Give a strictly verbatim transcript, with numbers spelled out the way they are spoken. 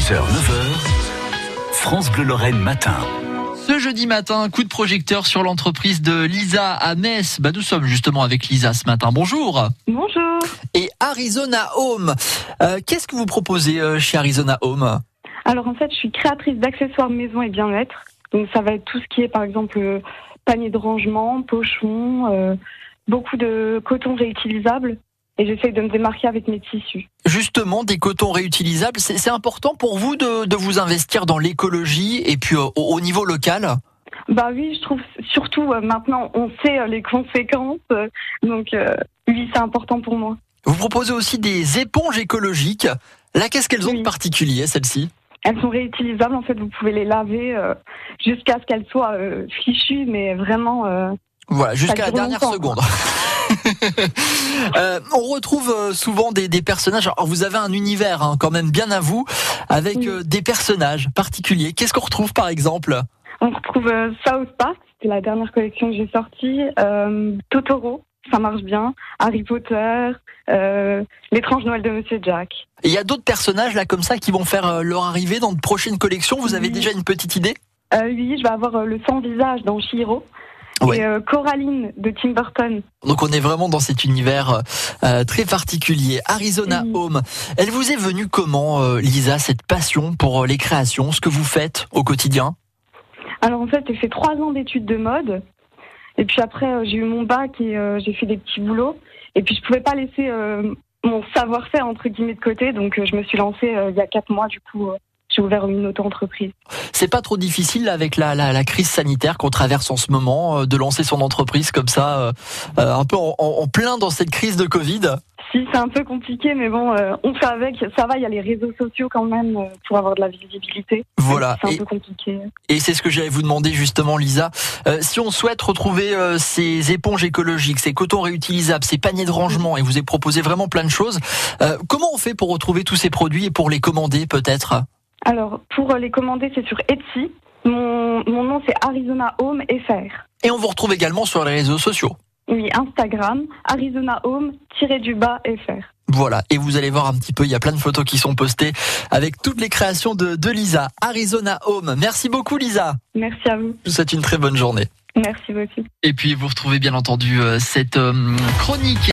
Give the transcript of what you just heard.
six heures neuf heures, France Bleu Lorraine matin. Ce jeudi matin, coup de projecteur sur l'entreprise de Lisa à Metz. Bah, nous sommes justement avec Lisa ce matin. Bonjour. Bonjour. Et Arizona Home. Euh, qu'est-ce que vous proposez euh, chez Arizona Home ? Alors en fait, je suis créatrice d'accessoires maison et bien-être. Donc ça va être tout ce qui est par exemple euh, panier de rangement, pochon, euh, beaucoup de coton réutilisable. Et j'essaye de me démarquer avec mes tissus. Justement, des cotons réutilisables, c'est, c'est important pour vous de, de vous investir dans l'écologie et puis euh, au, au niveau local ? Bah oui, je trouve surtout euh, maintenant on sait euh, les conséquences, euh, donc euh, oui, c'est important pour moi. Vous proposez aussi des éponges écologiques. Là, qu'est-ce qu'elles ont Oui. de particulier, celles-ci ? Elles sont réutilisables, en fait, vous pouvez les laver euh, jusqu'à ce qu'elles soient euh, fichues, mais vraiment... Euh, Voilà, jusqu'à la dure dernière longtemps, seconde. euh, on retrouve euh, souvent des, des personnages. Alors, vous avez un univers hein, quand même bien à vous, avec Oui. euh, des personnages particuliers. Qu'est-ce qu'on retrouve par exemple ? On retrouve euh, South Park, c'était la dernière collection que j'ai sortie, euh, Totoro, ça marche bien, Harry Potter, euh, l'étrange Noël de Monsieur Jack. Et il y a d'autres personnages là comme ça qui vont faire euh, leur arrivée dans de prochaines collections. Vous avez Oui. déjà une petite idée ? Euh, oui, je vais avoir euh, le sans-visage dans Chihiro. Ouais. Et euh, Coraline de Tim Burton. Donc on est vraiment dans cet univers euh, très particulier. Arizona Oui. Home. Elle vous est venue comment, euh, Lisa, cette passion pour euh, les créations, ce que vous faites au quotidien ? Alors en fait, j'ai fait trois ans d'études de mode. Et puis après, euh, j'ai eu mon bac et euh, j'ai fait des petits boulots. Et puis je pouvais pas laisser euh, mon savoir-faire entre guillemets de côté. Donc euh, je me suis lancée euh, il y a quatre mois. Du coup, euh, j'ai ouvert une auto-entreprise. C'est pas trop difficile là, avec la, la, la crise sanitaire qu'on traverse en ce moment, euh, de lancer son entreprise comme ça, euh, euh, un peu en, en, en plein dans cette crise de Covid ? Si, c'est un peu compliqué, mais bon, euh, on fait avec. Ça va, il y a les réseaux sociaux quand même euh, pour avoir de la visibilité. Voilà. C'est un Et, peu compliqué. et c'est ce que j'allais vous demander justement, Lisa. Euh, si on souhaite retrouver euh, ces éponges écologiques, ces cotons réutilisables, ces paniers de rangement, et vous avez proposé vraiment plein de choses, euh, comment on fait pour retrouver tous ces produits et pour les commander peut-être ? Alors, pour les commander, c'est sur Etsy. Mon, mon nom, c'est Arizona Home F R. Et on vous retrouve également sur les réseaux sociaux. Oui, Instagram, Arizona Home-du-bas F R. Voilà, et vous allez voir un petit peu, il y a plein de photos qui sont postées avec toutes les créations de, de Lisa. Arizona Home. Merci beaucoup Lisa. Merci à vous. Je vous souhaite une très bonne journée. Merci vous aussi. Et puis vous retrouvez bien entendu euh, cette euh, chronique